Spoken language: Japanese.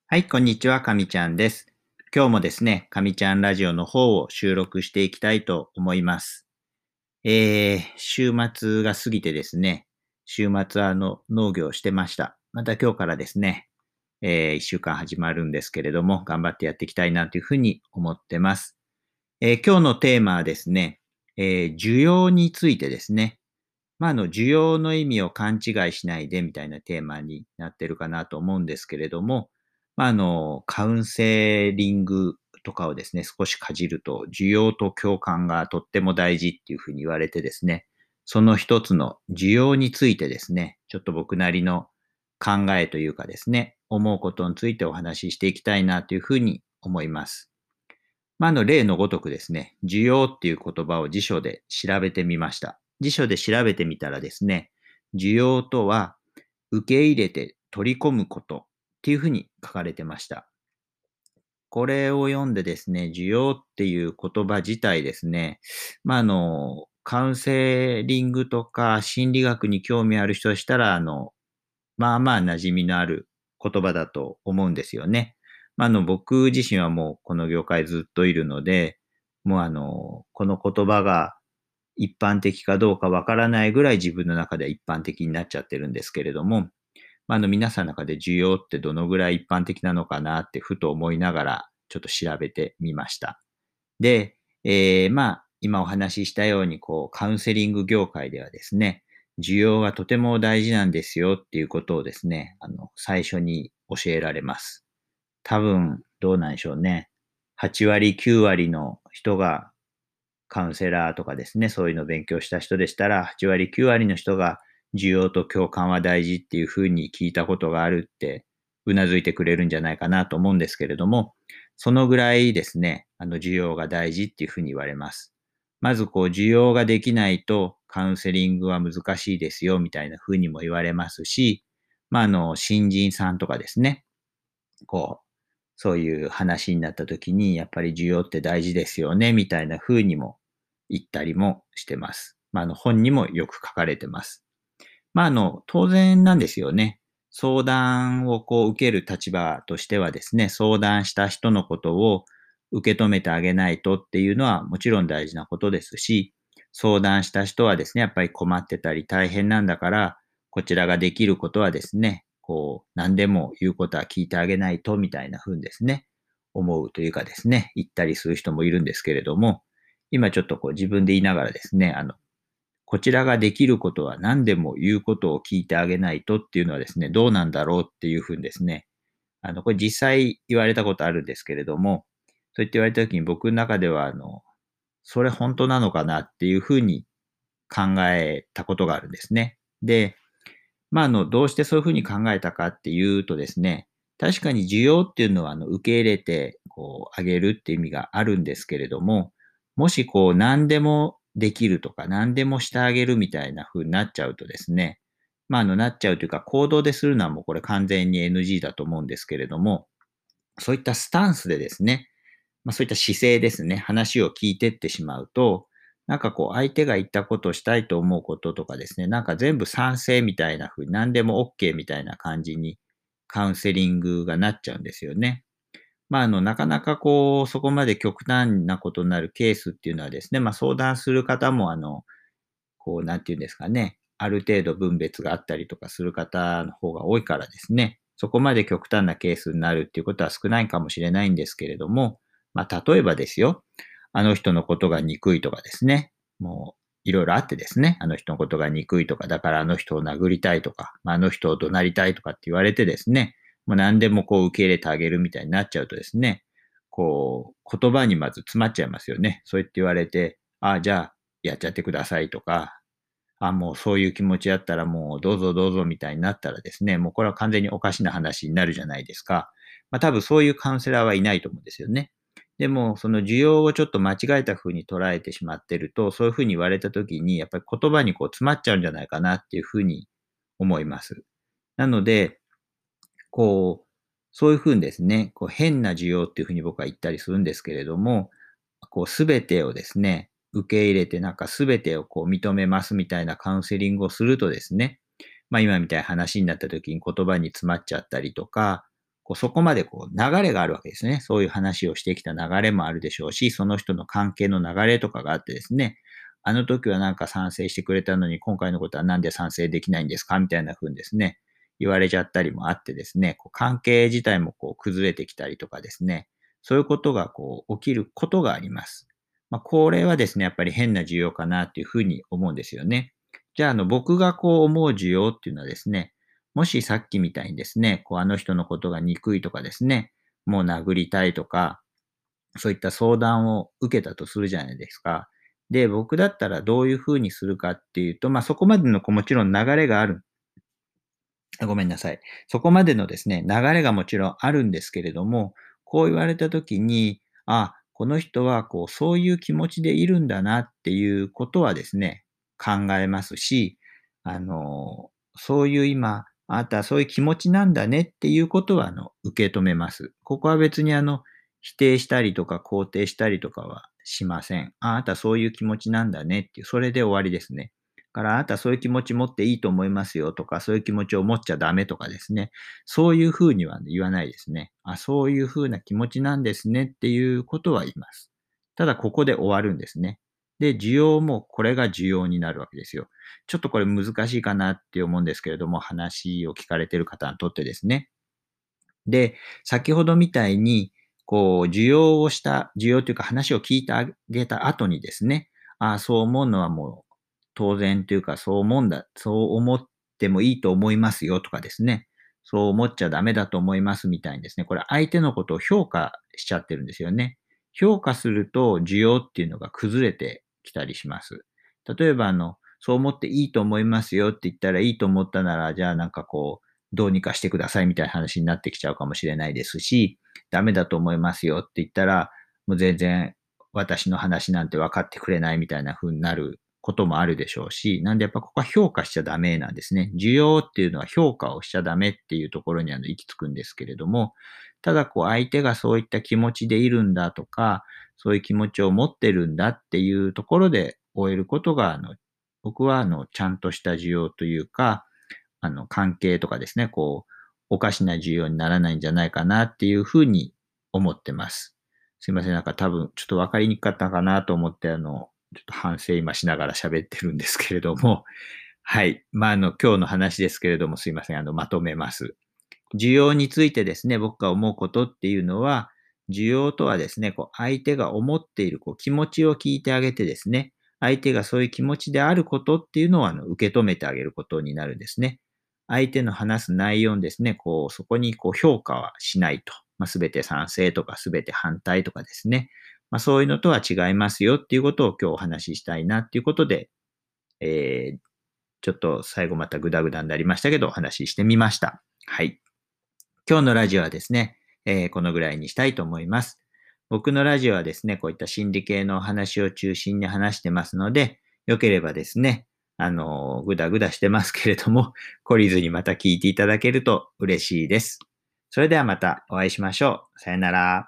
はい、こんにちは、かみちゃんです。今日もですね、かみちゃんラジオの方を収録していきたいと思います。週末が過ぎてですね、週末は農業をしてました。また今日からですね、一週間始まるんですけれども、頑張ってやっていきたいなというふうに思ってます。今日のテーマはですね、需要についてですね。需要の意味を勘違いしないでみたいなテーマになってるかなと思うんですけれども、カウンセリングとかをですね、少しかじると、需要と共感がとっても大事っていうふうに言われてですね、その一つの需要についてですね、ちょっと僕なりの考えというかですね、思うことについてお話ししていきたいなというふうに思います。例のごとくですね、需要っていう言葉を辞書で調べてみました。辞書で調べてみたらですね、需要とは受け入れて取り込むことっていうふうに書かれてました。これを読んでですね、需要っていう言葉自体ですね、カウンセリングとか心理学に興味ある人でしたら、馴染みのある言葉だと思うんですよね。僕自身はもうこの業界ずっといるので、この言葉が一般的かどうかわからないぐらい自分の中では一般的になっちゃってるんですけれども、皆さんの中で需要ってどのぐらい一般的なのかなってふと思いながらちょっと調べてみました。で、今お話ししたように、カウンセリング業界ではですね、需要がとても大事なんですよっていうことをですね、最初に教えられます。多分、どうなんでしょうね。8割、9割の人がカウンセラーとかですね、そういうのを勉強した人でしたら、8割、9割の人が需要と共感は大事っていうふうに聞いたことがあるって、うなずいてくれるんじゃないかなと思うんですけれども、そのぐらいですね、需要が大事っていうふうに言われます。まず、需要ができないとカウンセリングは難しいですよ、みたいなふうにも言われますし、新人さんとかですね、こう、そういう話になった時に、やっぱり需要って大事ですよね、みたいな風にも言ったりもしてます。本にもよく書かれてます。当然なんですよね。相談を受ける立場としてはですね、相談した人のことを受け止めてあげないとっていうのはもちろん大事なことですし、相談した人はですね、やっぱり困ってたり大変なんだから、こちらができることはですね、何でも言うことは聞いてあげないとみたいな風にですね、思うというかですね、言ったりする人もいるんですけれども、今ちょっと自分で言いながらですね、こちらができることは何でも言うことを聞いてあげないとっていうのはですね、どうなんだろうっていうふうにですね、これ実際言われたことあるんですけれども、そう言って言われたときに僕の中では、それ本当なのかなっていうふうに考えたことがあるんですね。で、どうしてそういうふうに考えたかっていうとですね、確かに需要っていうのは、受け入れて、あげるっていう意味があるんですけれども、もし何でもできるとか、何でもしてあげるみたいな風になっちゃうとですね、なっちゃうというか、行動でするのはもうこれ完全に NG だと思うんですけれども、そういったスタンスでですね、そういった姿勢ですね、話を聞いてってしまうと、相手が言ったことをしたいと思うこととかですね、全部賛成みたいな風に、何でも OK みたいな感じにカウンセリングがなっちゃうんですよね。なかなかそこまで極端なことになるケースっていうのはですね、相談する方もなんていうんですかね、ある程度分別があったりとかする方の方が多いからですね、そこまで極端なケースになるっていうことは少ないかもしれないんですけれども、例えばですよ、あの人のことが憎いとかですね、もういろいろあってですね、あの人のことが憎いとか、だからあの人を殴りたいとか、あの人を怒鳴りたいとかって言われてですね、もう何でも受け入れてあげるみたいになっちゃうとですね、言葉にまず詰まっちゃいますよね。そう言って言われて、あ、じゃあやっちゃってくださいとか、もうそういう気持ちだったらもうどうぞどうぞみたいになったらですね、もうこれは完全におかしな話になるじゃないですか。多分そういうカウンセラーはいないと思うんですよね。でも、その需要をちょっと間違えた風に捉えてしまってると、そういう風に言われた時に、やっぱり言葉に詰まっちゃうんじゃないかなっていう風に思います。なので、こう、そういう風にですね、変な需要っていう風に僕は言ったりするんですけれども、すべてをですね、受け入れてすべてを認めますみたいなカウンセリングをするとですね、今みたいな話になった時に言葉に詰まっちゃったりとか、 そこまで流れがあるわけですね。そういう話をしてきた流れもあるでしょうし、その人の関係の流れとかがあってですね、あの時はなんか賛成してくれたのに、今回のことはなんで賛成できないんですかみたいな風にですね、言われちゃったりもあってですね、関係自体も崩れてきたりとかですね、そういうことが起きることがあります。これはですね、やっぱり変な需要かなっていうふうに思うんですよね。じゃあ、僕が思う需要っていうのはですね、もしさっきみたいにですね、あの人のことが憎いとかですね、もう殴りたいとか、そういった相談を受けたとするじゃないですか。で、僕だったらどういうふうにするかっていうと、そこまでのもちろん流れがある。ごめんなさい。そこまでのですね、流れがもちろんあるんですけれども、こう言われたときに、この人はそういう気持ちでいるんだなっていうことはですね、考えますし、そういう今、あなたはそういう気持ちなんだねっていうことは、受け止めます。ここは別に否定したりとか肯定したりとかはしません。あなたはそういう気持ちなんだねっていう、それで終わりですね。から、あなたはそういう気持ち持っていいと思いますよとか、そういう気持ちを持っちゃダメとかですね。そういうふうには言わないですね。そういうふうな気持ちなんですねっていうことは言います。ただ、ここで終わるんですね。で、需要もこれが需要になるわけですよ。ちょっとこれ難しいかなって思うんですけれども、話を聞かれている方にとってですね。で、先ほどみたいに、需要というか話を聞いてあげた後にですね、そう思うのはもう当然というか、そう思ってもいいと思いますよとかですね、そう思っちゃダメだと思いますみたいにですね、これ相手のことを評価しちゃってるんですよね。評価すると需要っていうのが崩れてきたりします。例えばそう思っていいと思いますよって言ったらいいと思ったなら、じゃあどうにかしてくださいみたいな話になってきちゃうかもしれないですし、ダメだと思いますよって言ったら、もう全然私の話なんて分かってくれないみたいな風になることもあるでしょうし、なんでやっぱここは評価しちゃダメなんですね。需要っていうのは評価をしちゃダメっていうところに行き着くんですけれども、ただ相手がそういった気持ちでいるんだとか、そういう気持ちを持ってるんだっていうところで終えることが、僕はちゃんとした需要というか、関係とかですね、おかしな需要にならないんじゃないかなっていうふうに思ってます。すいません、なんか多分ちょっと分かりにくかったかなと思って、ちょっと反省今しながら喋ってるんですけれども、はい。今日の話ですけれども、すいません、まとめます。需要についてですね、僕が思うことっていうのは、需要とはですね、相手が思っている気持ちを聞いてあげてですね、相手がそういう気持ちであることっていうのを受け止めてあげることになるんですね。相手の話す内容にですね、そこに評価はしないと。すべて賛成とかすべて反対とかですね。そういうのとは違いますよっていうことを今日お話ししたいなっていうことで、ちょっと最後またグダグダになりましたけど、お話ししてみました。はい。今日のラジオはですね、このぐらいにしたいと思います。僕のラジオはですね、こういった心理系のお話を中心に話してますので、よければですね、ぐだぐだしてますけれども、懲りずにまた聞いていただけると嬉しいです。それではまたお会いしましょう。さよなら。